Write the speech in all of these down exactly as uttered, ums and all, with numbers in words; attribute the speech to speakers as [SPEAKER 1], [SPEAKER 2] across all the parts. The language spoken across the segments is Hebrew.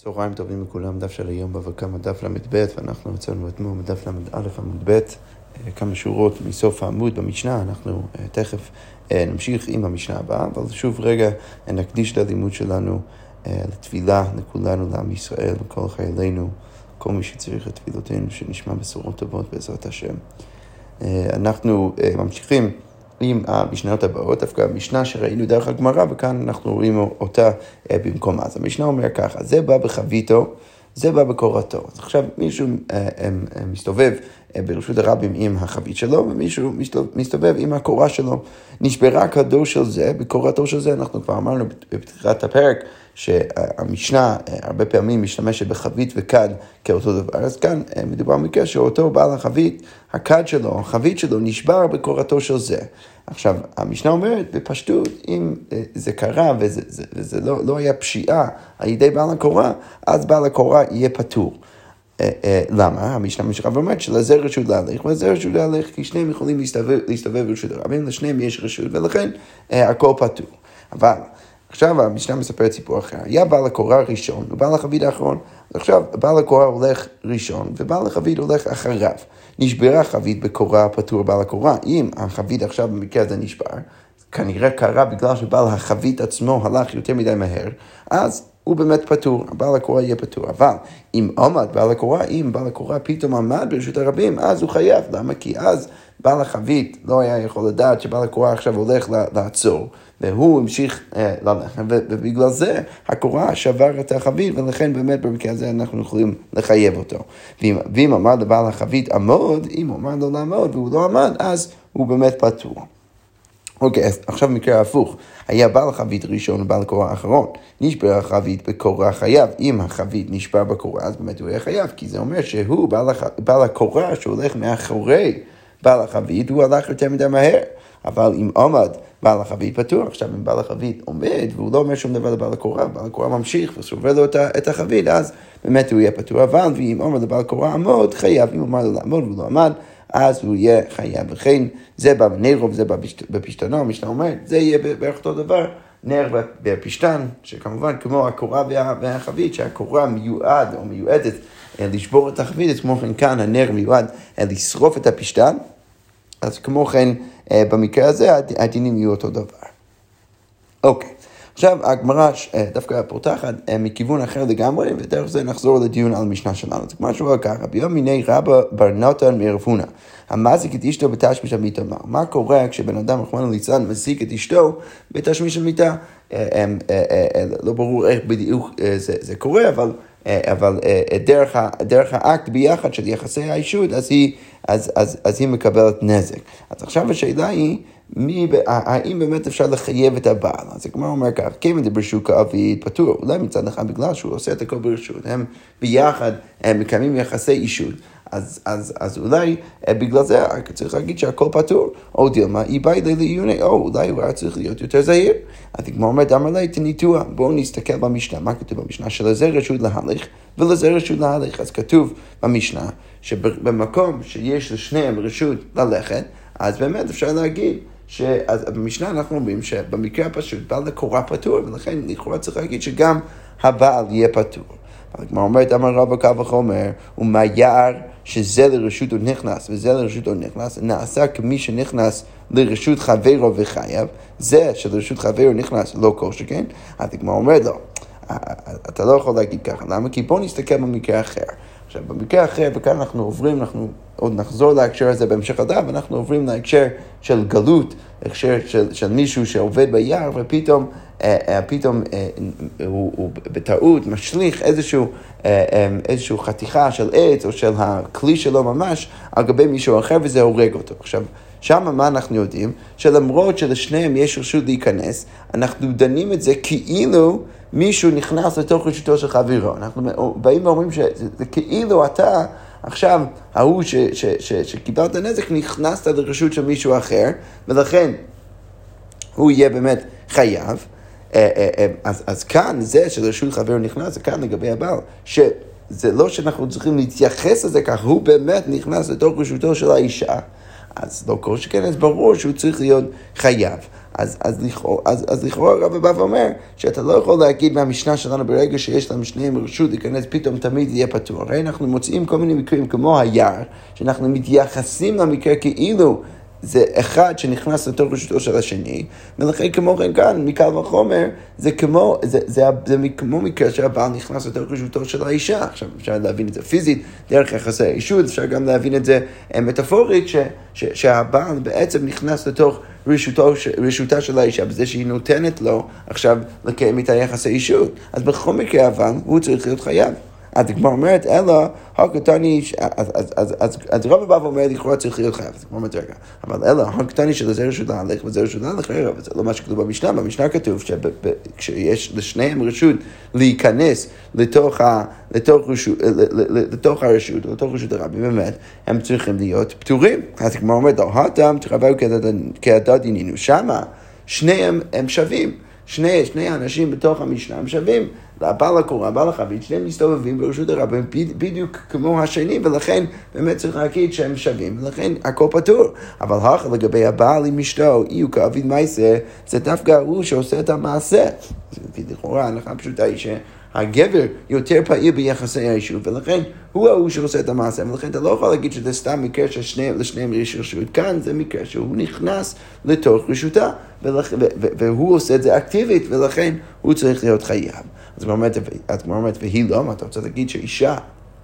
[SPEAKER 1] צהריים טובים לכולם, דף של היום בבא קמא דף למד ב', ואנחנו מצאנו אתמול בדף למד א' עמוד ב', כמה שורות מסוף העמוד במשנה. אנחנו תכף נמשיך עם המשנה הבאה, אבל שוב רגע נקדיש את הלימוד שלנו לתפילה לכולנו, לעם ישראל, לכל חיילינו, כל מי שצריך את תפילותינו, שנשמע בשורות טובות בעזרת השם. אנחנו ממשיכים עם המשניות הבאות, דווקא המשנה שראינו דרך הגמרא, וכאן אנחנו רואים אותה במקום. אז המשנה אומר ככה, זה בא בחביתו, זה בא בקורתו. אז עכשיו מישהו מסתובב ברשות הרבים עם החבית שלו, ומישהו מסתובב עם הקורה שלו. נשברה כדו של זה, בקורתו של זה. אנחנו כבר אמרנו בפתיחת הפרק, שהמשנה הרבה פעמים משתמשת בחבית וכד כאותו דבר. אז כאן מדובר מקרה שאותו בעל החבית, הכד שלו, החבית שלו נשבר בקורתו של זה. עכשיו, המשנה אומרת בפשטות, אם זה קרה וזה, זה, וזה לא, לא היה פשיעה על ידי בעל הקורה, אז בעל הקורה יהיה פטור. למה? המשנה משנה ואומרת שלזה רשות להלך, ולזה רשות להלך, כי שניהם יכולים להסתובב, להסתובב ברשות הרבים, לשניהם יש רשות, ולכן הכל פטור. אבל עכשיו המשנה מספרת סיפור אחר. היה בעל הקורה ראשון ובעל החבית האחרון. עכשיו בעל הקורה הולך ראשון ובעל החבית הולך אחריו. נשברה חבית בקורה פטור בעל הקורה. אם החבית עכשיו במקרה הזה נשבר, כנראה קרה בגלל שבעל החבית עצמו הלך יותר מדי מהר, אז הוא באמת פטור, בעל הקורה יהיה פטור. אבל אם עמד בעל הקורה, אם בעל הקורה פתאום עמד ברשות הרבים, אז הוא חייב. למה? כי אז בעל החבית לא היה יכול לדעת שבעל הקורה עכשיו הולך לעצור, והוא המשיך אה, ללכת, ובגלל זה הקורה שבר את החבית, ולכן באמת במקרה הזה אנחנו יכולים לחייב אותו. ואם, ואם עמד לבעל החבית עמוד, אם הוא עמד לו לעמוד והוא לא עמד, אז הוא באמת פטור. אוקיי, אז עכשיו מקרה הפוך. היה בעל חבית ראשון ובעל קורה אחרון. נשבר החבית בקורה חייב. אם החבית נשבר בקורה, אז באמת הוא יהיה חייב, כי זה אומר שהוא בעל, הח... בעל הקורה שהולך מאחורי בעל החבית, הוא הלך יותר מדי מהר. אבל אם עומד בעל החבית פטור, עכשיו אם בעל החבית עומד, והוא לא אומר שום דבר לבעל הקורה, בעל הקורה ממשיך ושובר לו את החבית, אז באמת הוא יהיה פטור. אבל ואם עומד לבעל הקורה עמוד, חייב. אם עומד לו לעמוד והוא לא עמד, אז הוא יהיה חייב. וכן זה בא בנר וזה בא בפשטנו, המשנה אומרת, זה יהיה בערך אותו דבר, נר בפשטן, שכמובן כמו הקורה והחבית, שהקורה מיועד או מיועדת לשבור את החבית, כמו כן כאן הנר מיועד לשרוף את הפשטן, אז כמו כן במקרה הזה הדינים יהיו אותו דבר. אוקיי. עכשיו, הגמרא דווקא פותחת מכיוון אחר לגמרי, ודרך זה נחזור לדיון על המשנה שלנו. זה כמו שהוא ככה, ביום מיני רבא בר נתן מערב הונא, המזיק את אשתו בתשמיש המיטה. מה קורה כשבן אדם רחמנא ליצלן מזיק את אשתו בתשמיש המיטה? לא ברור איך בדיוק זה קורה, אבל אבל דרך דרך האקט ביחד של יחסי האישות, אז היא אז אז אז היא מקבלת נזק. אז עכשיו השאלה היא, מי, האם באמת אפשר לחייב את הבעל? אז כמו אומר כך, כיוון דברשות כאבית פטור, אולי מצד אחד בגלל שהוא עושה את הכל ברשות, הם ביחד הם מקיימים יחסי אישות, אז, אז, אז אולי בגלל זה צריך להגיד שהכל פטור, או דילמה, היא באה לעיוני, או אולי הוא היה צריך להיות יותר זהיר. אז כמו אומר, דאמר לי, תניתוח, בואו נסתכל במשנה, מה כתוב במשנה? שלזה רשות להלך ולזה רשות להלך. אז כתוב במשנה שבמקום שיש לשניהם רשות ללכת, אז באמת אפשר להגיד, שאז במשנה אנחנו אומרים שבמקרה הפשוט בעל הקורה פטור, ולכן לכאורה צריך להגיד שגם הבעל יהיה פטור. אבל כמו אומרת, אמר רבא קל וחומר, ומה יער שזה לרשות הוא נכנס, וזה לרשות הוא נכנס, נעשה כמי שנכנס לרשות חברו וחייב, זה שלרשות חברו נכנס לא כל שכן, אז כמו אומרת לו, אתה לא יכול להגיד ככה, למה? כי בוא נסתכל במקרה אחר. עכשיו, במקרה אחר, וכאן אנחנו עוברים, אנחנו עוד נחזור להקשר הזה בהמשך הדף, ואנחנו עוברים להקשר של גלות, הקשר של, של מישהו שעובד ביער, ופתאום אה, פתאום, אה, הוא, הוא בטעות משליך איזשהו, אה, איזשהו חתיכה של עץ, או של הכלי שלו ממש, על גבי מישהו אחר, וזה הורג אותו. עכשיו, שם מה אנחנו יודעים? שלמרות שלשניהם יש רשות להיכנס, אנחנו דנים את זה כאילו מישהו נכנס לתוך רשותו של חברו. אנחנו באים ואומרים שזה כאילו אתה, עכשיו, ההוא ש, ש, ש, שקיבל את הנזק, נכנסת לרשות של מישהו אחר, ולכן הוא יהיה באמת חייב. אז, אז כאן זה שלרשות חברו נכנס, זה כאן לגבי הבעל, שזה לא שאנחנו צריכים להתייחס לזה כך, הוא באמת נכנס לתוך רשותו של האישה, אז לא כל שכן, אז ברור שהוא צריך להיות חייב. אז, אז, לכאורה, אז, אז לכאורה הרב בא ואומר שאתה לא יכול להגיד מהמשנה שלנו ברגע שיש לנו שניהם רשות להיכנס, פתאום תמיד יהיה פתור. הרי אנחנו מוצאים כל מיני מקרים כמו היער, שאנחנו מתייחסים למקרה כאילו זה אחד שנכנס לתוך רשותו של השני, ולכן כמו כן כאן, מקל וחומר, זה כמו, זה, זה, זה, זה כמו מקרה שהבעל נכנס לתוך רשותו של האישה. עכשיו אפשר להבין את זה פיזית, דרך יחסי האישות, אפשר גם להבין את זה מטאפורית, ש, ש, שהבעל בעצם נכנס לתוך רשותו, רשותה של האישה, בזה שהיא נותנת לו עכשיו לקיים את היחסי אישות. אז בכל מקרה אבל, הוא צריך להיות חייב. אז הגמרא אומרת, אלא, הקטני, אז רב בא ואומר, לכאורה צריך להיות חייב, אז הגמרא אומרת, רגע, אבל אלא, הקטני של זה רשות להלך, וזה רשות להלך, רגע, וזה לא מה שכתוב במשנה, במשנה כתוב שכשיש לשניהם רשות להיכנס לתוך הרשות, לתוך רשות הרבים, באמת, הם צריכים להיות פטורים. אז הגמרא אומרת, הותם, תחווהו כעדה דינינו, שמה, שניהם הם שווים. שני, שני האנשים בתוך המשנה הם שווים, הבעל הקורא, הבעל החבית, שניהם מסתובבים ברשות הרבים בדיוק כמו השני, ולכן באמת צריך להגיד שהם שווים, ולכן הכל פטור. אבל הלכה לגבי הבעל עם אשתו, אי הוא כאביד מעשה, זה דווקא הוא שעושה את המעשה. לכאורה, ההנחה פשוטה היא שהגבר יותר פעיל ביחסי האישות, ולכן הוא ההוא שעושה את המעשה, ולכן אתה לא יכול להגיד שזה סתם מקרה שלשניהם יש רשות. כאן זה מקרה שהוא נכנס לתוך רשותה, והוא עושה את זה אקטיבית, ולכן הוא צריך להיות חייב. אז כמו אומרת, והיא לא, מה אתה רוצה להגיד שאישה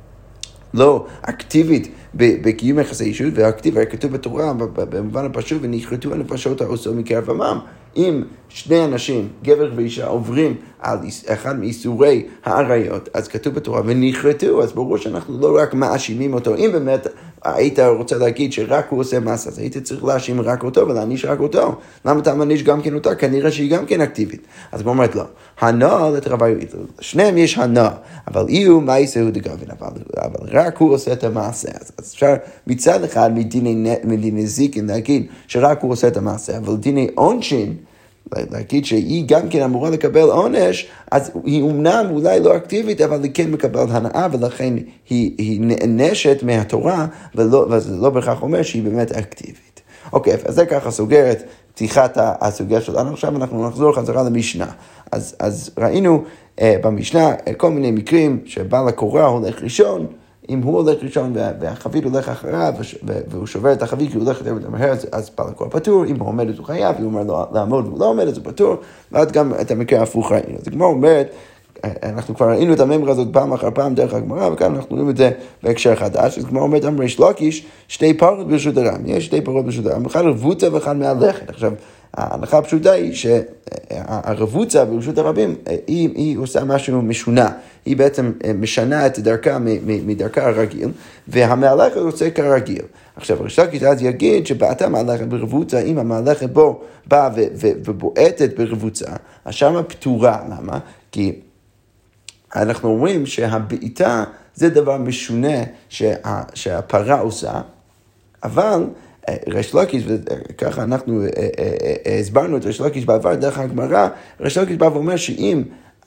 [SPEAKER 1] לא אקטיבית בקיום יחסי אישות, והאקטיב, הרי כתוב בתורה, במובן הפשוט, ונכרתו הנפשות העושות מקרב עמם. אם שני אנשים, גבר ואישה, עוברים על אחד מאיסורי העריות, אז כתוב בתורה, ונכרתו, אז ברור שאנחנו לא רק מאשימים אותו. אם באמת היית רוצה להגיד שרק הוא עושה מסע, אז היית צריך להאשים רק אותו ולהניש רק אותו. למה אתה מניש גם כן אותה? כנראה שהיא גם כן אקטיבית. אז הוא אומרת לא, הנא לתרווית, שניהם יש הנא, אבל איהו מעשה הוא דגוון, אבל, אבל רק הוא עושה את המעשה. אז, אז אפשר מצד אחד מדיני, מדיני זיקין להגיד שרק הוא עושה את המעשה, אבל דיני עונשין, להגיד שהיא גם כן אמורה לקבל עונש, אז היא אומנם אולי לא אקטיבית, אבל היא כן מקבלת הנאה, ולכן היא, היא נענשת מהתורה, ולא, וזה לא בכך אומר שהיא באמת אקטיבית. אוקיי, אז זה ככה סוגר את פתיחת הסוגיה שלנו. עכשיו אנחנו נחזור חזרה למשנה. אז, אז ראינו אה, במשנה אה, כל מיני מקרים שבעל הקורא הולך ראשון, אם הוא הולך ראשון והחבית הולך אחריו, והוא שובר את החבית כי הוא הולך יותר יותר מהר, אז בעל הקורא פטור. אם הוא עומד, הוא חייב. אם הוא אומר לו לעמוד והוא לא עומד, אז הוא פטור. ואז גם את המקרה ההפוך ראינו. אז הגמרא אומרת, אנחנו כבר ראינו את הממרה הזאת פעם אחר פעם דרך הגמרא, וכאן אנחנו רואים את זה בהקשר חדש. אז הגמרא אומרת, אמר ריש לקיש, שתי פרות ברשות הרם. יש שתי פרות ברשות הרם, אחד רבוצה ואחד מהלכת. עכשיו, ההנחה הפשוטה היא שהרבוצה ברשות הרבים, היא, היא עושה משהו משונה. היא בעצם משנה את דרכה מדרכה הרגיל, והמהלכת רוצה כרגיל. עכשיו, ריש לקיש אז יגיד שבעתה מהלכת ברבוצה, אם המהלכת בו באה ובועטת ברבוצה, אז שמה פטורה. למה? כי אנחנו אומרים שהבעיטה זה דבר משונה שה, שהפרה עושה, אבל ריש לקיש, וככה אנחנו הסברנו את ריש לקיש בעבר דרך הגמרא, ריש לקיש בא ואומר שאם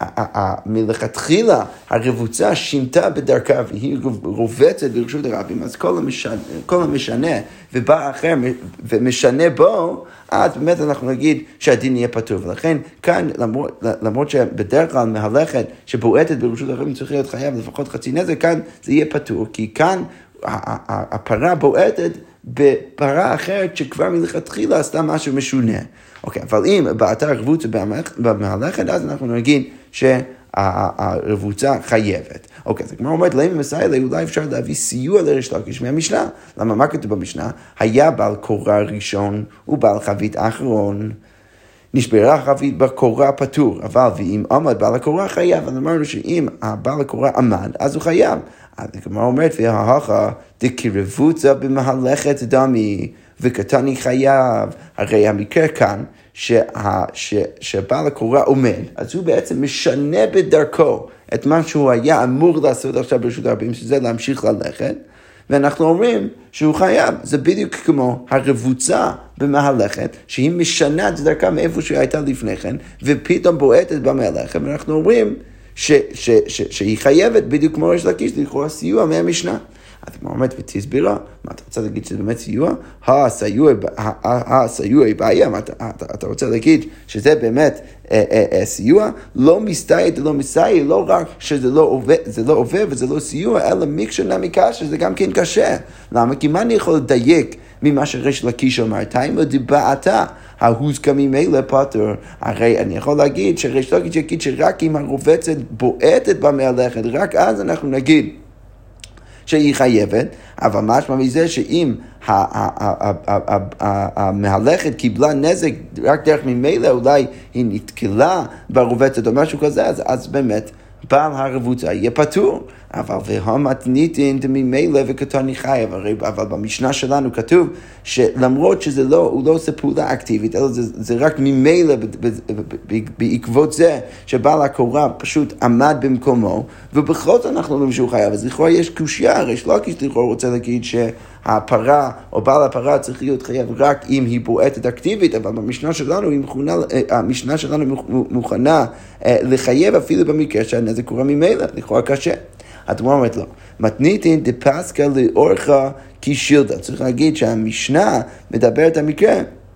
[SPEAKER 1] מלכתחילה הרבוצה שינתה בדרכה והיא רובצת ברשות הרבים, אז כל המשנה, כל המשנה ובא אחר ומשנה בו, אז באמת אנחנו נגיד שהדין יהיה פטור. ולכן כאן, למרות, למרות שבדרך כלל מהלכת שבועטת ברשות הרבים צריך להיות חייב לפחות חצי נזק, כאן זה יהיה פטור, כי כאן הפרה בועטת בפרה אחרת שכבר מלכתחילה עשתה משהו משונה. אוקיי, אבל אם בעתה רבוצה במהלכת, אז אנחנו נגיד שהרבוצה חייבת. אוקיי, אז כמו אומרת, למה מסיילה, אולי אפשר להביא סיוע לריש לקיש מהמשנה. למה, מה כתוב במשנה? היה בעל קורא ראשון ובעל חבית אחרון. נשברה חבית בקורא פטור, אבל ואם עמד בעל הקורא חייב, אז אמרנו שאם הבעל הקורא עמד, אז הוא חייב. אז כמו אומרת, וההכה דקרבוצה במהלכת דמי, וקטני חייב. הרי המקרה כאן, שה, ש, שבעל הקורא עומד, אז הוא בעצם משנה בדרכו את מה שהוא היה אמור לעשות עכשיו ברשות הרבים, שזה להמשיך ללכת, ואנחנו אומרים שהוא חייב. זה בדיוק כמו הרבוצה במהלכת, שהיא משנה את דרכה מאיפה שהיא הייתה לפני כן, ופתאום בועטת במהלכת, ואנחנו אומרים ש, ש, ש, שהיא חייבת בדיוק כמו ריש לקיש, לכאורה סיוע מהמשנה. אז כמו אומרת ותסבירה, מה אתה רוצה להגיד שזה באמת סיוע? הסיוע היא בעיה, אתה רוצה להגיד שזה באמת סיוע? לא מסתייע, לא מסייע, לא רק שזה לא עובר וזה לא סיוע, אלא מיקשה נמיקה שזה גם כן קשה. למה? כי מה אני יכול לדייק ממה שריש לקיש אומר? תאימה דבעתה, ההוזקה ממילא פטור. הרי אני יכול להגיד שריש לקיש יגיד שרק אם הרובצת בועטת במלאכת, רק אז אנחנו נגיד שהיא חייבת, אבל משמע מזה שאם המהלכת קיבלה נזק רק דרך ממילא, אולי היא נתקלה ברובצת או משהו כזה, אז, אז באמת בעל הרבוצה יהיה פטור. אבל והמתניתין דממילא וקטני חייב, אבל במשנה שלנו כתוב שלמרות שזה לא, הוא לא עושה פעולה אקטיבית, אלא זה, זה רק ממילא בעקבות זה שבעל הקורה פשוט עמד במקומו, ובכל זאת אנחנו אומרים שהוא חייב. אז לכאורה יש קושיה, הרי שלוקיש לכאורה רוצה להגיד שהפרה או בעל הפרה צריך להיות חייב רק אם היא בועטת אקטיבית, אבל במשנה שלנו, מוכנה, המשנה שלנו מוכנה לחייב אפילו במקרה שהנזק קורה ממילא, לכאורה קשה. התמורה אומרת לו, מתניתין דפסקה לאורחה כשילדה. צריך להגיד שהמשנה מדברת המקרה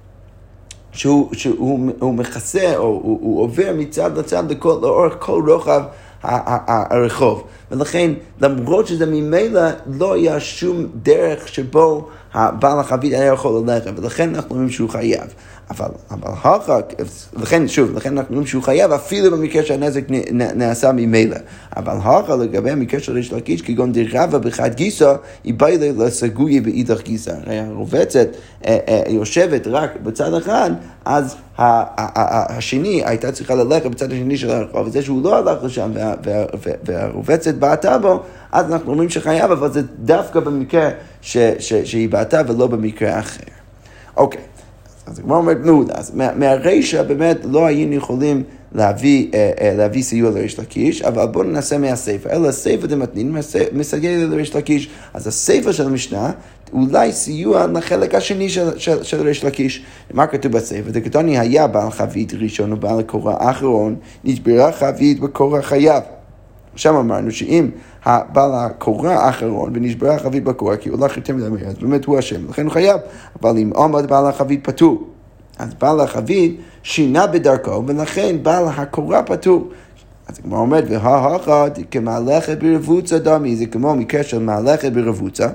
[SPEAKER 1] שהוא, שהוא הוא מכסה או הוא, הוא עובר מצד לצד לכל, לאורך כל רוחב הרחוב. ולכן, למרות שזה ממילא לא היה שום דרך שבו הבעל החבית היה יכול ללכת, ולכן אנחנו אומרים שהוא חייב. אבל, אבל אחר, לכן, שוב, לכן אנחנו אומרים שהוא חייב אפילו במקרה שהנזק נעשה ממילא. אבל אחר, לגבי המקרה של ריש לקיש, כגון דרבה בחד גיסה, היא באה לסגויה באידך גיסה. הרי הרובצת יושבת רק בצד אחד, אז השני הייתה צריכה ללכת בצד השני של הרחוב, וזה שהוא לא הלך לשם והרובצת בעטה בו, אז אנחנו אומרים שחייב, אבל זה דווקא במקרה שהיא בעטה ולא במקרה אחר. אוקיי. אז כמו אומרת, נו, אז מהרשע באמת לא היינו יכולים להביא, להביא סיוע לריש לקיש, אבל בואו ננסה מהספר. אלא הספר דמתנין מסגל לריש לקיש. אז הספר של המשנה, אולי סיוע לחלק השני של, של, של ריש לקיש. מה כתוב בספר? דקתוני היה בעל חבית ראשון ובעל קורה אחרון, נשברה חבית בקורה חייב. שם אמרנו שאם הבעל הקורה האחרון ונשברה החבית בקורה, כי הוא הולך יותר מדמי, אז באמת הוא השם, לכן הוא חייב. אבל אם עומד בעל החבית פטור, אז בעל החבית שינה בדרכו, ולכן בעל הקורה פטור. אז כמו אומרת, והאחד כמהלכת ברבוצה דמי, זה כמו מקרה של מהלכת ברבוצה,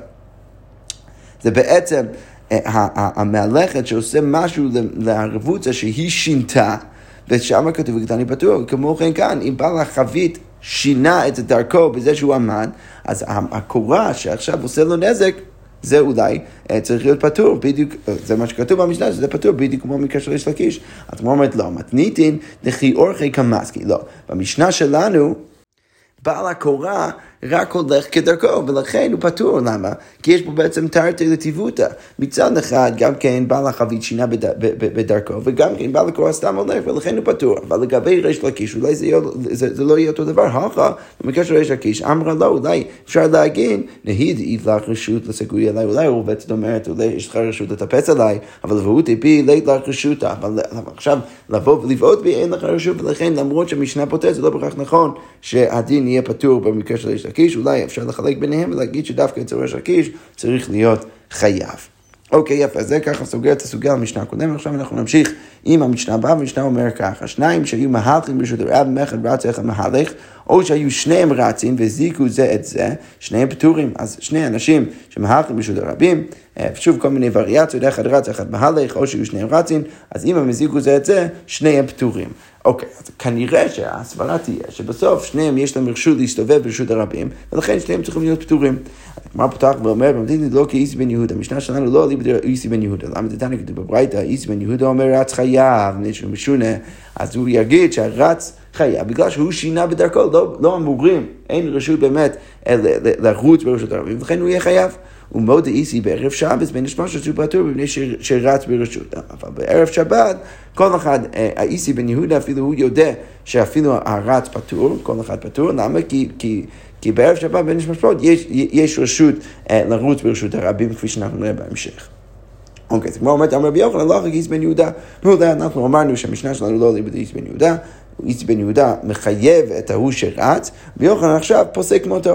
[SPEAKER 1] זה בעצם המהלכת שעושה משהו לרבוצה שהיא שינתה, ושם כתוב וקטני פטור, כמו כן כאן, אם בעל החבית שינה את דרכו בזה שהוא עמד, אז הקורה שעכשיו עושה לו נזק, זה אולי צריך להיות פטור, בדיוק, זה מה שכתוב במשנה, שזה פטור, בדיוק כמו מקרה של ריש לקיש. אז כמו אומרת, לא, מתניתין לכי אורכי כמסקי, לא. במשנה שלנו, בעל הקורה רק הולך כדרכו, ולכן הוא פטור. למה? כי יש פה בעצם תרתי לטיבותא. מצד אחד, גם כן בעל החבית שינה בד... בדרכו, וגם כן בעל הקורה סתם הולך, ולכן הוא פטור. אבל לגבי ריש לקיש, אולי זה, זה, זה לא יהיה אותו דבר. הלכה, במקרה של ריש לקיש, אמרה לו, אולי אפשר להגיד, נהיד אית לך רשות לסגוי עליי, אולי הוא בעצם אומרת, אולי יש לך רשות לטפס עליי, אבל והוא טיפי, לית לך רשות, אבל עכשיו לבוא ולבעוט בי, אין לך רשות, ולכן למרות שהמשנה פוטר, זה לא בכך נכון שהדין יהיה פטור במקרה של ריש לקיש, אולי אפשר לחלק ביניהם ולהגיד שדווקא אצל ריש לקיש צריך להיות חייב. אוקיי, יפה, זה ככה סוגר את הסוגיה למשנה הקודמת, עכשיו אנחנו נמשיך עם המשנה הבאה, והמשנה אומר ככה, שניים שהיו מהלכים ברשות הרב, אחד רץ אחד מהלך, או שהיו שניהם רצים וזיקו זה את זה, שניהם פטורים, אז שני אנשים שמהלכים ברשות הרבים, שוב כל מיני וריאציות, אחד רץ אחד מהלך, או שהיו שניהם רצים, אז אם הם הזיקו זה את זה, שניהם פטורים. אוקיי, אז כנראה שהסברה תהיה שבסוף שניהם יש להם רשות להסתובב ברשות הרבים, ולכן שניהם צריכים להיות פטורים. הגמרא פותח ואומר, במתיני לא כאיסי בן יהודה, המשנה שלנו לא עלי בדרך איסי בן יהודה, למה דתניא כתוב בברייתא, איסי בן יהודה אומר רץ חייב, שהוא משונה, אז הוא יגיד שהרץ חייב, בגלל שהוא שינה בדרכו, לא, לא אמורים, אין רשות באמת לרוץ ברשות הרבים, ולכן הוא יהיה חייב. ומאוד איסי בערב שבת, בין השמע שהוא פטור בבני שרץ ברשות. אבל בערב שבת, כל אחד, האיסי בן יהודה, אפילו הוא יודע שאפילו הרץ פטור, כל אחד פטור, למה? כי, כי, כי בערב שבת, בין השמע יש, יש רשות לרוץ ברשות הרבים, כפי שאנחנו נראה בהמשך. אוקיי, זה כמו אומרת, אמר רבי יוחנן, לא איסי בן יהודה. נו, אנחנו אמרנו שהמשנה שלנו לא עולה באיסי בן יהודה, איסי בן יהודה מחייב את ההוא שרץ, ויוחנן עכשיו פוסק מותו.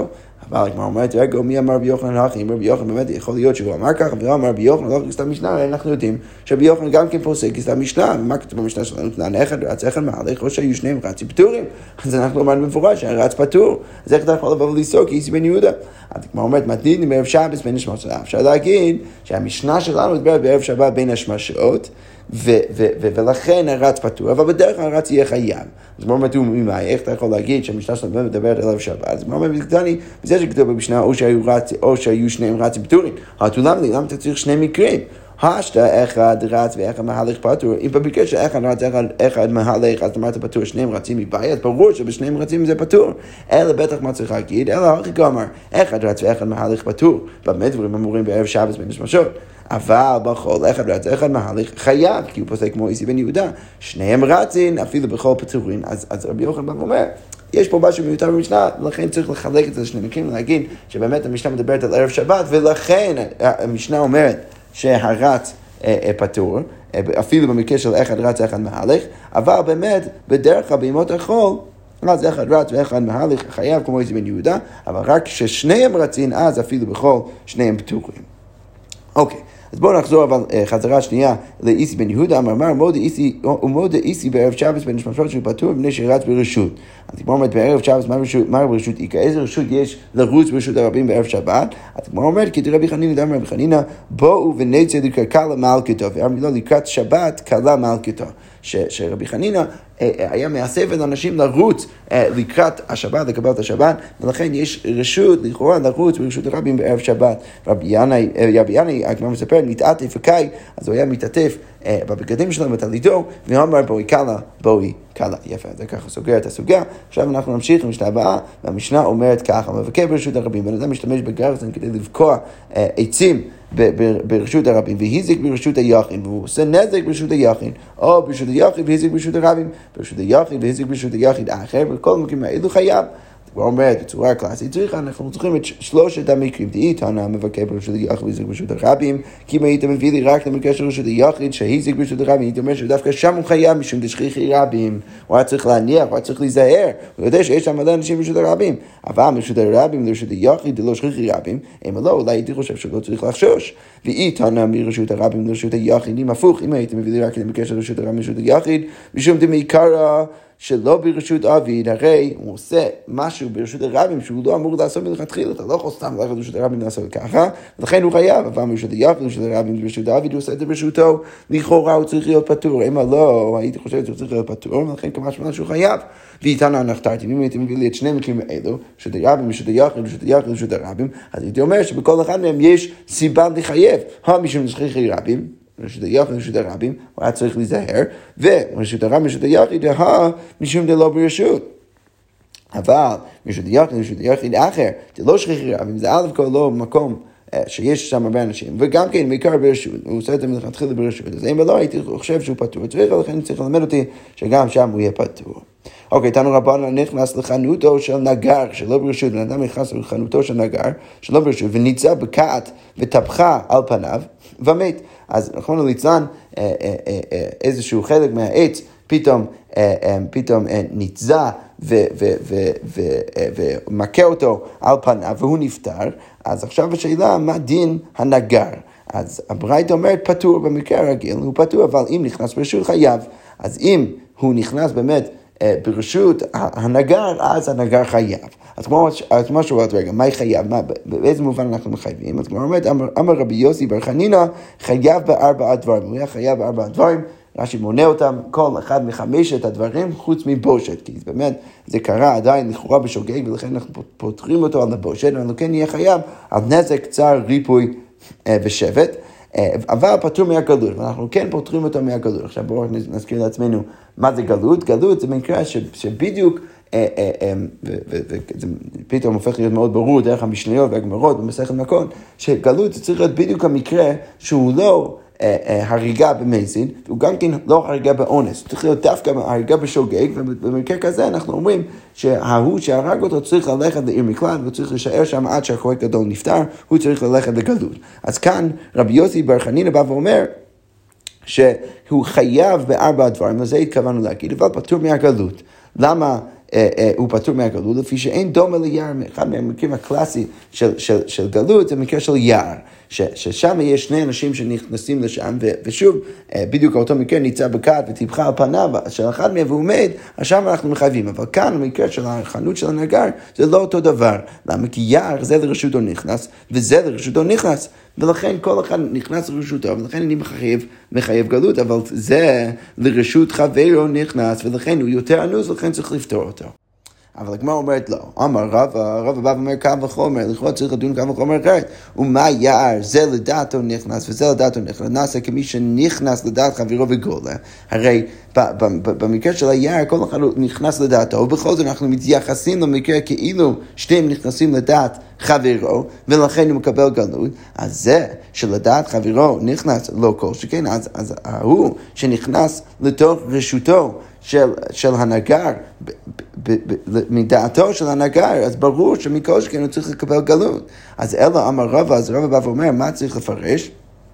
[SPEAKER 1] אבל הגמרא אומרת, רגע, מי אמר רבי יוחנן הכי? אם רבי יוחנן באמת יכול להיות שהוא אמר ככה, והוא אמר רבי יוחנן לא כסתם משנה, אנחנו יודעים שרבי יוחנן גם כן פוסק כסתם משנה, ומה כתוב במשנה שלנו? תנן אחד רץ, אחד מהלך, או שהיו שניהם רצים פטורים. אז אנחנו אמרנו במפורש שהרץ פטור. אז איך אתה יכול לבוא ולסוק? איסי בן יהודה. אז הגמרא אומרת, מתנין בערב שבת בין השמשות. אפשר להגיד שהמשנה שלנו מדברת בערב שבת בין השמשות, ו- ו- ו- ולכן הרץ פטור, אבל בדרך כלל הרץ יהיה חייב. אז מה אומרת, איך אתה יכול להגיד שהמשנה שלנו מדברת עליו שבת? אז מה אומרת, בקטני, בזה שכתוב במשנה, או שהיו, רצ, או שהיו שניהם רצים פטורים. התולם לי, למה אתה צריך שני מקרים? השתה אחד רץ ואחד מהלך פטור. אם במקרה שאחד רץ, אחד, אחד מהלך, אז אמרת פטור, שניהם רצים מבעיה, ברור שבשניהם רצים זה פטור. אלא בטח מה צריך להגיד, אלא הכי גמר, אחד רץ ואחד מהלך פטור. באמת דברים אמורים בערב שבת בין השמשות. אבל בכל אחד רץ, אחד מהלך חייב, כי הוא פוסק כמו איסי בן יהודה. שניהם רצים, אפילו בכל פטורים. אז, אז רבי יוחנן בא ואומר, יש פה משהו מיותר במשנה, לכן צריך לחלק את זה לשני מקרים, להגיד שבאמת המשנה מדברת על ערב שבת, ולכן המשנה אומרת שהרץ פטור, אפילו במקרה של אחד רץ, אחד מהלך, אבל באמת בדרך כלל בימות החול, אז אחד רץ ואחד מהלך חייב כמו איסי בן יהודה, אבל רק ששניהם רצים, אז אפילו בכל שניהם פטורים. אוקיי. אז בואו נחזור אבל חזרה שנייה לאיסי בן יהודה, אמר מודה איסי, ומודה איסי בערב שבת בין השמשות שהוא פטור מפני שרץ ברשות. אז כמו אומרת בערב שבת, מה ברשות איכה? איזה רשות יש לרוץ ברשות הרבים בערב שבת? אז כמו אומרת, כי רבי חנינא דאמר רבי חנינא, בואו ונצא לקרקע למלכתו, ואמר לו לקראת שבת קלה מלכתו. שרבי חנינא היה מאסף את האנשים לרוץ לקראת השבת, לקבל את השבת, ולכן יש רשות לכאורה לרוץ ברשות הרבים בערב שבת. רבי ינאי, הגמרא מספר, מתעטף וקאי, אז הוא היה מתעטף בבגדים שלו בטליתו, ואמר בואי קלה, בואי קלה. יפה, זה ככה סוגר את הסוגיה. עכשיו אנחנו נמשיך למשנה הבאה, והמשנה אומרת ככה, מבקר ברשות הרבים, בן אדם משתמש בגרזן כדי לבקוע עצים ברשות הרבים, והזיק ברשות היחיד, והוא עושה נזק ברשות היחיד, או ברשות היחיד והזיק ברשות הרבים, ברשות היחיד והזיק ברשות היחיד האחר, וכל מקרים האלו חייב. הוא אומר בצורה קלאסית, צריך, אנחנו צריכים את שלושת המקרים. דהי תנא מבקר ברשות היחיד והזיק ברשות הרבים, כי אם היית מביא לי רק למקרה של רשות היחיד שהזיק ברשות הרבים, הייתי אומר שדווקא שם הוא חייב משום דשכיחי רבים, הוא היה צריך להניח, הוא היה צריך להיזהר, הוא יודע שיש שם מלא אנשים ברשות הרבים, אבל ברשות הרבים לרשות היחיד ולא שכיחי רבים, אם לא, אולי הייתי חושב שלא צריך לחשוש. והיא תנא מרשות הרבים לרשות היחיד, אם הפוך, אם היית מביא לי רק למקרה של רשות הרבים לרשות היחיד, משום דמעיקרא שלא ברשות אביד, הרי הוא עושה משהו ברשות הרבים שהוא לא אמור לעשות מלכתחילה, אתה לא יכול סתם ללכת ברשות הרבים לעשות ככה, ולכן הוא חייב, אבל ברשות היחיד, ברשות הרבים, ברשות אביד, הוא עושה את זה ברשותו, לכאורה הוא צריך להיות פטור, אם לא, הייתי חושב שהוא צריך להיות פטור, ולכן כמה שמונה שהוא חייב, ואיתנו נחתרתי, אם הייתי מביא לי את שני מקרים האלו, ברשות הרבים, ברשות היחיד, ברשות היחיד, ברשות הרבים, אז הייתי אומר שבכל אחד מהם יש סיבה לחייב, משום שכיחי רבים, רשות היחיד, רשות הרבים, הוא היה צריך להיזהר, ורשות הרבים, רשות היחיד, משום דלא ברשות. אבל רשות היחיד, רשות היחיד אחר, דלא שכיחי רבים, זה א' כל לא מקום שיש שם הרבה אנשים, וגם כן בעיקר ברשות, הוא עושה את זה מלכתחילה ברשות, אז אם לא הייתי חושב שהוא פטור, צריך, ולכן צריך ללמד אותי שגם שם הוא יהיה פטור. אוקיי, תנו רבנן נכנס לחנותו של נגר שלא ברשות, בן אדם נכנס לחנותו של נגר שלא ברשות, וניצב בכת וטפחה על פניו ומת. אז נכון ליצלן איזשהו חלק מהעץ פתאום פתאום ניצזה ומכה אותו על פניו והוא נפטר. אז עכשיו השאלה, מה דין הנגר? אז הברייתא אומרת פטור במקרה הרגיל, הוא פטור, אבל אם נכנס ברשות חייב. אז אם הוא נכנס באמת ברשות הנגר, אז הנגר חייב. אז כמו שהוא עוד רגע, מה חייב? באיזה מובן אנחנו מחייבים? אז כמו אומרת, אמר רבי יוסי בר חנינא, חייב בארבעה דברים. הוא היה חייב בארבעה דברים, רש"י מונה אותם, כל אחד מחמשת הדברים, חוץ מבושת. כי באמת זה קרה עדיין לכאורה בשוגג, ולכן אנחנו פותרים אותו על הבושת, ואנחנו כן נהיה חייב על נזק, צער, ריפוי ושבט. אבל פטור מהגלות, ואנחנו כן פותרים אותו מהגלות. עכשיו בואו נזכיר לעצמנו מה זה גלות. גלות זה מקרה שבדיוק, וזה פתאום הופך להיות מאוד ברור דרך המשניות והגמרות במסכת מכות, שגלות זה צריך להיות בדיוק המקרה שהוא לא הריגה במזיד, והוא גם כן לא הריגה באונס, צריך להיות דווקא הריגה בשוגג, ובמקרה כזה אנחנו אומרים שההוא שהרג אותו צריך ללכת לעיר מקלט, והוא צריך להישאר שם עד שהכהן גדול נפטר, הוא צריך ללכת לגלות. אז כאן רבי יוסי בר חנינא בא ואומר שהוא חייב בארבע דברים, לזה התכוונו להגיד, אבל פטור מהגלות. למה הוא פטור מהגלות, לפי שאין דומה ליער. אחד מהמקרים הקלאסי של, של, של גלות זה מקרה של יער, ש, ששם יש שני אנשים שנכנסים לשם, ו, ושוב, בדיוק אותו מקרה ניצב בכת וטיפחה על פניו של אחד מהם והוא מת, אז שם אנחנו מחייבים. אבל כאן המקרה של החנות של הנגר זה לא אותו דבר. למה? כי יער זה לרשותו נכנס, וזה לרשותו נכנס. ולכן כל אחד נכנס לרשותו, ולכן אני מחייב, מחייב גלות, אבל זה לרשות חברו נכנס, ולכן הוא יותר אנוס, ולכן צריך לפתור אותו. אבל הגמרא אומרת לא, אמר רב, הרב הבא אומר קו וחומר, לכאורה צריך לדון קו וחומר אחרת, ומה יער, זה לדעתו נכנס, וזה לדעתו נכנס, נעשה כמי שנכנס לדעת חברו וגולה, הרי במקרה של היער כל אחד נכנס לדעתו, ובכל זאת אנחנו מתייחסים למקרה כאילו שתיהם נכנסים לדעת חברו, ולכן הוא מקבל גלות, אז זה שלדעת חברו נכנס לא כל שכן, אז, אז הוא שנכנס לתוך רשותו, של, של הנגר, ב, ב, ב, ב, מדעתו של הנגר, אז ברור שמכל שכן הוא צריך לקבל גלות. אז אלא אמר רבא, אז רבא בא ואומר, מה צריך לפרש?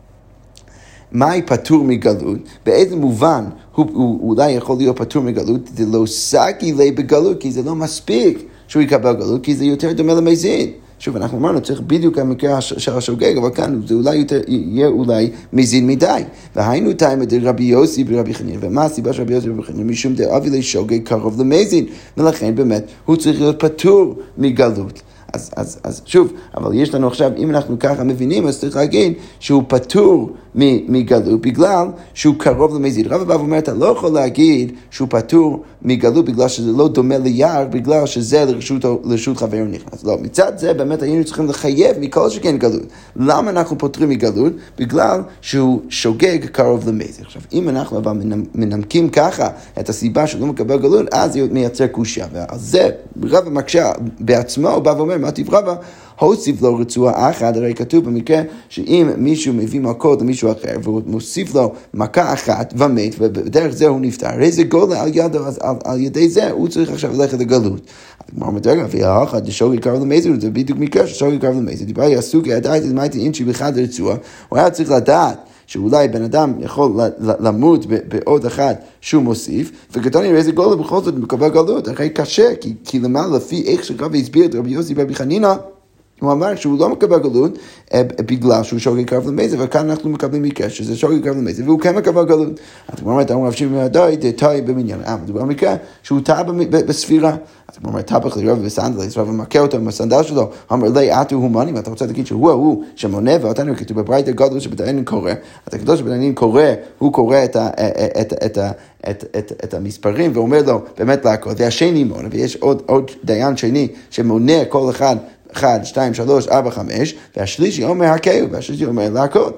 [SPEAKER 1] מהי פטור מגלות? באיזה מובן הוא, הוא אולי יכול להיות פטור מגלות? זה לא סגי לי בגלות, כי זה לא מספיק שהוא יקבל גלות, כי זה יותר דומה למזיד. שוב, אנחנו אמרנו, צריך בדיוק המקרה של השוגג, אבל כאן זה אולי יותר, יהיה אולי מזין מדי. והיינו תאימה דרבי יוסי ברבי חנינא, ומה הסיבה של רבי יוסי ברבי חנינא? משום דאבי לשוגג קרוב למזין, ולכן באמת הוא צריך להיות פטור מגלות. אז, אז, אז שוב, אבל יש לנו עכשיו, אם אנחנו ככה מבינים, אז צריך להגיד שהוא פטור מגלות, בגלל שהוא קרוב למזיד. רב הבא אומר, אתה לא יכול להגיד שהוא פטור מגלות, בגלל שזה לא דומה ליער, בגלל שזה לרשות, לרשות חברו נכנס. לא, מצד זה באמת היינו צריכים לחייב מכל שכן גלות. למה אנחנו פותרים מגלות? בגלל שהוא שוגג קרוב למזיד. עכשיו, אם אנחנו אבל מנמקים ככה את הסיבה שלא מקבל גלות, אז זה מייצר קושיה. ועל זה רב מקשה בעצמו, הוא בא ואומר, מה טיב רבא? הוסיף לו רצועה אחת, הרי כתוב במקרה שאם מישהו מביא מכות למישהו אחר והוא מוסיף לו מכה אחת ומת, ובדרך זה הוא נפטר, הרי זה גולה על ידו, אז על, על ידי זה הוא צריך עכשיו ללכת לגלות. הגמרא אומרת, רגע, והאחד ששוגג קרוב למזיד, זה בדיוק מקרה ששוגג קרוב למזיד, דיבר יעסוק, ידעתי למדתי אינשי באחד הרצועה, הוא היה צריך לדעת שאולי בן אדם יכול למות בעוד אחד שהוא מוסיף, וכתוב נראה איזה גולה בכל זאת מקבל גלות, הרי קשה, כי, כי למעלה לפי איך שרב הסביר את רבי יוסי ברבי חנינא, הוא אמר שהוא לא מקבל גלות בגלל שהוא שוגג קרוב למזיד, וכאן אנחנו מקבלים מקרה שזה שוגג קרוב למזיד, והוא כן מקבל גלות. אז הוא אומר, אתה אומר, רב שמעון מהדוי, טעה במניין. אה, מדובר במקרה שהוא טעה בספירה. אז הוא אומר, טבח לרב בסנדל, רב מכה אותו עם הסנדל שלו, אמר לי, עטו הומנים, אתה רוצה להגיד שהוא הוא שמונה, ואותנו כתוב בברית הגדול שבתעניין קורא, אתה כתוב שבתעניין קורא, הוא קורא את, ה, את, את, את, את, את, את המספרים, ואומר לו באמת להכל, והשני מונה, ויש עוד, עוד דיין שני שמונה כל אחד, אחד, שתיים, שלוש, ארבע, חמש, והשלישי אומר הקהו, והשלישי אומר להכל.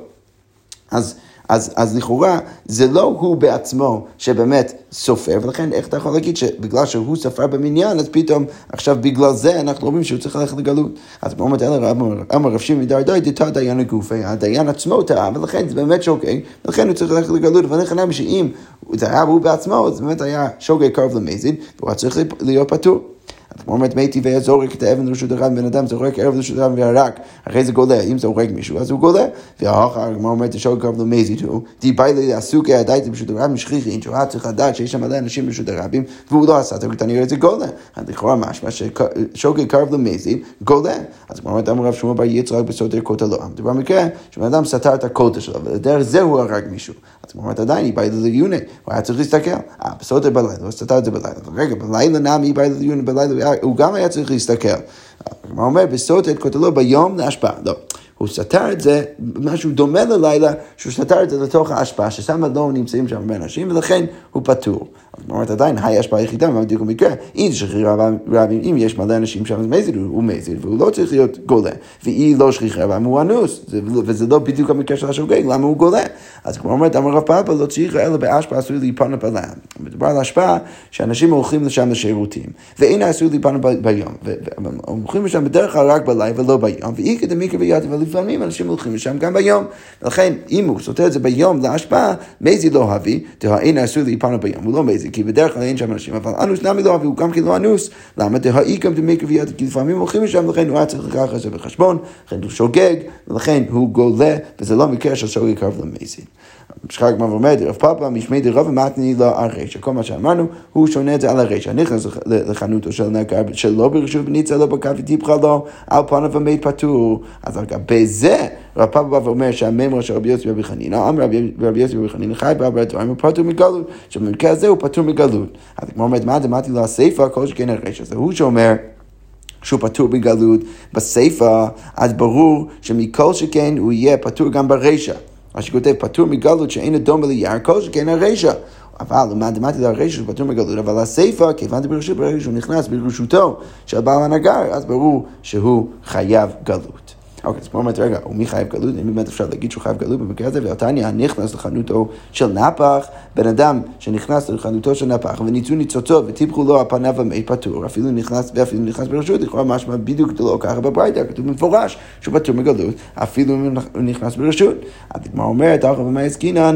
[SPEAKER 1] אז, אז, אז לכאורה, זה לא הוא בעצמו שבאמת סופר, ולכן איך אתה יכול להגיד שבגלל שהוא ספר במניין, אז פתאום עכשיו בגלל זה אנחנו רואים שהוא צריך ללכת לגלות. אז באמת אלה אמר רב שמעון מדרדוי, דתא דיין הגופי, הדיין עצמו טעה, ולכן זה באמת שוגג, ולכן הוא צריך ללכת לגלות, ולכן אמר שאם זה היה הוא בעצמו, אז באמת היה שוגג קרוב למזיד, והוא צריך להיות פטור. כמו אומרת, מי טבעי זורק את האבן לרשות הרב, בן אדם זורק ערב לרשות הרב והרג, אחרי זה גולה, אם זה הורג מישהו, אז הוא גולה. ואחר, כמו אומרת, שוגג קרוב למזיד הוא, דיבר לי לעסוק הידיים ברשות הרב, משכיחין, שהוא היה צריך לדעת שיש שם מלא אנשים ברשות הרבים, והוא לא עשה, אתה נראה את זה גולה. אז לכאורה משמע ששוגג קרוב למזיד, גולה. אז כמו אומרת, אמר רב שמעון בר יצחק בסוטר כותלו. מדובר מקרה, שבן אדם סתר את הכותל שלו, ולדרך זה הוא הרג מישהו. אז כמו אומרת, עדיין, היא באה ליונה, הוא היה צריך להסתכל. אה, בסוטר בלילה, הוא סתר את זה בלילה. רגע, בלילה נעמי, היא באה ליונה, בלילה, הוא גם היה צריך להסתכל. הוא אומר, בסוטר את כותלו ביום להשפעה. לא. הוא סתר את זה, משהו דומה ללילה, שהוא סתר את זה לתוך ההשפעה, ששם לא נמצאים שם הרבה אנשים, ולכן הוא פטור. זאת אומרת, עדיין, היי השפעה היחידה, מה בדיוק במקרה? אם שכחי רבים, אם יש מלא אנשים שם, אז מזיד הוא מזיד, והוא לא צריך להיות גולה. והיא לא שכחי רבים, הוא אנוס, וזה לא בדיוק המקרה של השוגג, למה הוא גולה? אז כמו אומרת, אמר רב פאפא, לא צריך אלא בהשפעה אסור להיפנה בלעם. מדובר על השפעה שאנשים הולכים לשם לשירותים, ואין אסור להיפנה ביום, והם הולכים לשם בדרך כלל רק בלילה ולא ביום, ואי כדמיקה ויד, ולפעמים אנשים הולכים לשם גם ביום. ולכן, אם הוא סותר את זה ביום להשפעה, מזיד לא הביא, אין אסור להיפנה ביום, הוא לא מזיד, כי בדרך כלל אין שם אנשים, אבל אנוס נמי לא הביא, הוא גם כן לא אנוס, למה דהאי גם דמיקה ויד, כי לפעמים הולכים לשם, לכן הוא היה צריך לקחת את זה בחשבון, לכן הוא שוגג, ולכן הוא גולה, וזה לא מקרה של שוגג קרוב למזיד. משחק הגמרא ואומרת, רב פאפא משמי דרבא מתני לו הרשע. כל מה שאמרנו, הוא שונה את זה על הרשע. נכנס לחנותו של נגר שלא ברשות בניצה, לא בכף וטיפחה לו, על פניו ומת פטור. אז על גבי זה, רב פאפא בא ואומר שהמימר של רבי יוסי רבי חנינא, אמר רבי יוסי רבי חנינא חי בארבע דברים, הוא פטור מגלות. שבמקרה הזה הוא פטור מגלות. אז כמו אומרת, מה דמתי לו הסיפא, כל שכן הרשע. זה הוא שאומר, שהוא פטור בגלות בסיפא, אז ברור שמכל שכן הוא יהיה פטור גם ברשע. מה שכותב פטור מגלות שאין אדום ליער, כל שכן הרשע. אבל הוא מדמתי לרשע שהוא פטור מגלות, אבל הסיפא, כיוון ברשות ברגע שהוא נכנס ברשותו של בעל הנגר, אז ברור שהוא חייב גלות. אוקיי, אז פה אומרת, רגע, ומי חייב גלות? אם באמת אפשר להגיד שהוא חייב גלות במקרה הזה, ואותניה נכנס לחנותו של נפח, בן אדם שנכנס לחנותו של נפח, וניצו ניצוצות וטיפחו לו על פניו ומת פטור, אפילו נכנס, ואפילו נכנס ברשות, לכאורה משמע בדיוק לא ככה בברייתא, כתוב במפורש שהוא פטור מגלות, אפילו אם הוא נכנס ברשות. אז הגמרא אומרת, אחר ומה עסקינן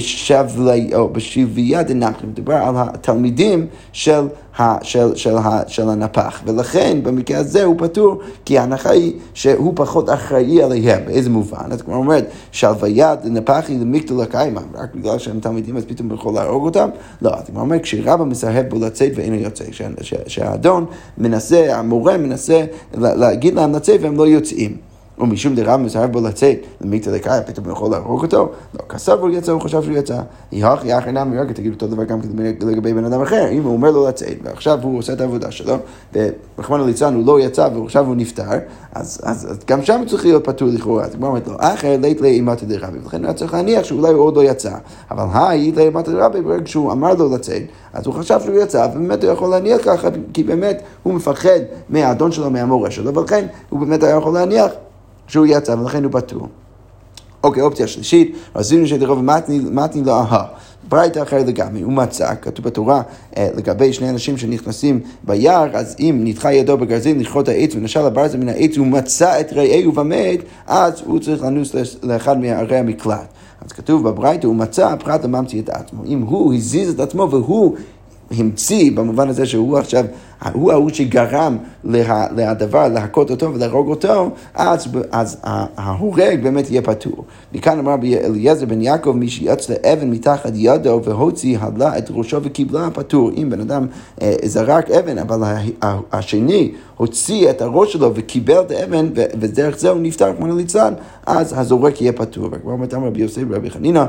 [SPEAKER 1] בשביה דנפחים, מדובר על התלמידים של של, של, של הנפח, ולכן במקרה הזה הוא פטור, כי ההנחה היא שהוא פחות אחראי עליהם. באיזה מובן? אז כמו אומרת, שלוויית נפחי למקטל הקיימה, רק בגלל שהם תלמידים אז פתאום יכול להרוג אותם? לא, אז כמו אומרת, כשרבא מסרב בו לצאת ואינו יוצא, שהאדון מנסה, המורה מנסה להגיד להם לצאת והם לא יוצאים. ומשום דרב מסרב בו לצאת למקטל לקאי, פתאום יכול להרוג אותו? לא, כסף הוא יצא, הוא חשב שהוא יצא. יחי יחי נמי, רגע, תגידו אותו דבר גם לגבי בן אדם אחר. אם הוא אומר לו לצאת, ועכשיו הוא עושה את העבודה שלו, ורחמנא ליצלן הוא לא יצא, ועכשיו הוא נפטר, אז, אז, אז גם שם הוא צריך להיות פטור לכאורה. אז כמו אומרת לו, אחר לית לאימתא דרבי, ולכן הוא צריך להניח שאולי הוא עוד לא יצא. אבל היי, לאימתא דרבי, ברגע שהוא אמר לו לצאת, אז הוא חשב שהוא יצא, ובאמת הוא יכול להניח ככה, כי באמת הוא מפחד מהאדון שלו, מהמורה שלו, ולכן הוא באמת היה יכול להניח שהוא יצא, ולכן הוא פטור. אוקיי, אופציה שלישית, רצינו שדרוב מתני לאהה. ברייתא אחרת לגמרי, הוא מצא, כתוב בתורה, לגבי שני אנשים שנכנסים ביער, אז אם נדחה ידו בגרזין לכרות העץ ונשל הברזל מן העץ, הוא מצא את רעהו ומת, אז הוא צריך לנוס לאחד מערי המקלט. אז כתוב בברייתא, הוא מצא, פרט לממציא את עצמו. אם הוא הזיז את עצמו והוא המציא, במובן הזה שהוא עכשיו, הוא ההוא שגרם לה, להדבר, להכות אותו ולהרוג אותו, אז, אז ההורג באמת יהיה פטור. מכאן אמר אליעזר בן יעקב, מי שיצא אבן מתחת ידו והוציא הדלה את ראשו וקיבלה פטור. אם בן אדם אה, זרק אבן, אבל השני הוציא את הראש שלו וקיבל את האבן, ודרך זה הוא נפטר כמו ליצלן, אז הזורק יהיה פטור. וכבר אומרת רבי יוסי ורבי חנינא,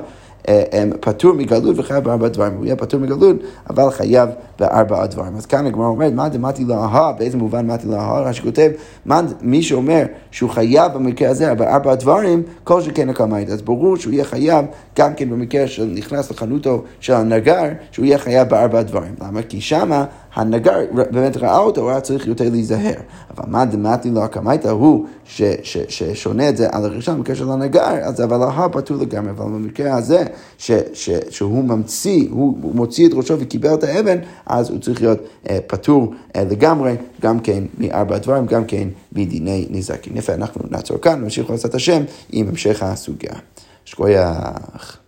[SPEAKER 1] פטור מגלות וחייב בארבע דברים. הוא יהיה פטור מגלות, אבל חייב בארבע דברים. אז כאן הגמרא אומרת, מה דמתי לאהה? באיזה מובן מתי לאהה? רש"י כותב, מי שאומר שהוא חייב במקרה הזה בארבע דברים, כל שכן הקמאית. אז ברור שהוא יהיה חייב גם כן במקרה של נכנס לחנותו של הנגר, שהוא יהיה חייב בארבע דברים. למה? כי שמה הנגר באמת ראה אותו, הוא היה צריך יותר להיזהר. אבל מה דמתי לו הקמאית הוא ש, ש, ששונה את זה על הראשון בקשר לנגר, אז אבל ההר פטור לגמרי. אבל במקרה הזה ש, ש, שהוא ממציא, הוא, הוא מוציא את ראשו וקיבל את האבן, אז הוא צריך להיות אה, פטור אה, לגמרי, גם כן מארבע דברים, גם כן מדיני נזקים. יפה, אנחנו נעצור כאן, נמשיך לעשות השם עם המשך הסוגיה. שכוייך.